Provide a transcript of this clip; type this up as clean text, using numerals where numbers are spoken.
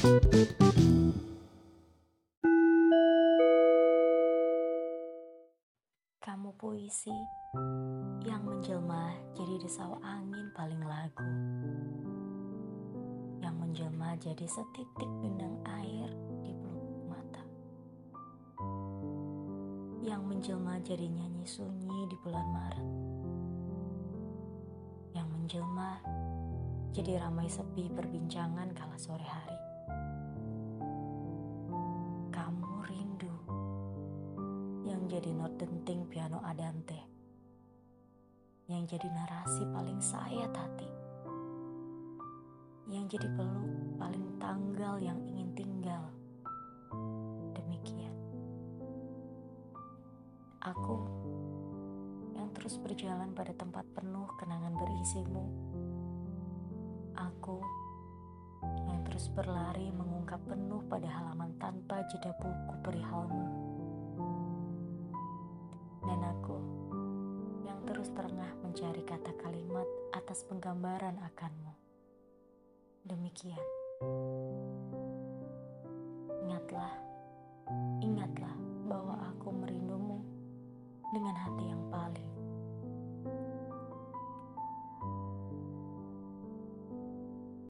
Kamu puisi yang menjelma jadi desau angin paling lagu, yang menjelma jadi setitik bintang air di pelupuk mata, yang menjelma jadi nyanyi sunyi di bulan Maret, yang menjelma jadi ramai sepi perbincangan kala sore hari. Kamu rindu yang jadi not denting piano Adante, yang jadi narasi paling sayat hati, yang jadi peluk paling tanggal yang ingin tinggal. Demikian aku yang terus berjalan pada tempat penuh kenangan berisimu. Aku yang terus berlari mengungkap penuh pada halaman tanpa jeda buku perihalmu. Dan aku yang terus terengah mencari kata kalimat atas penggambaran akanmu. Demikian. Ingatlah bahwa aku merindumu dengan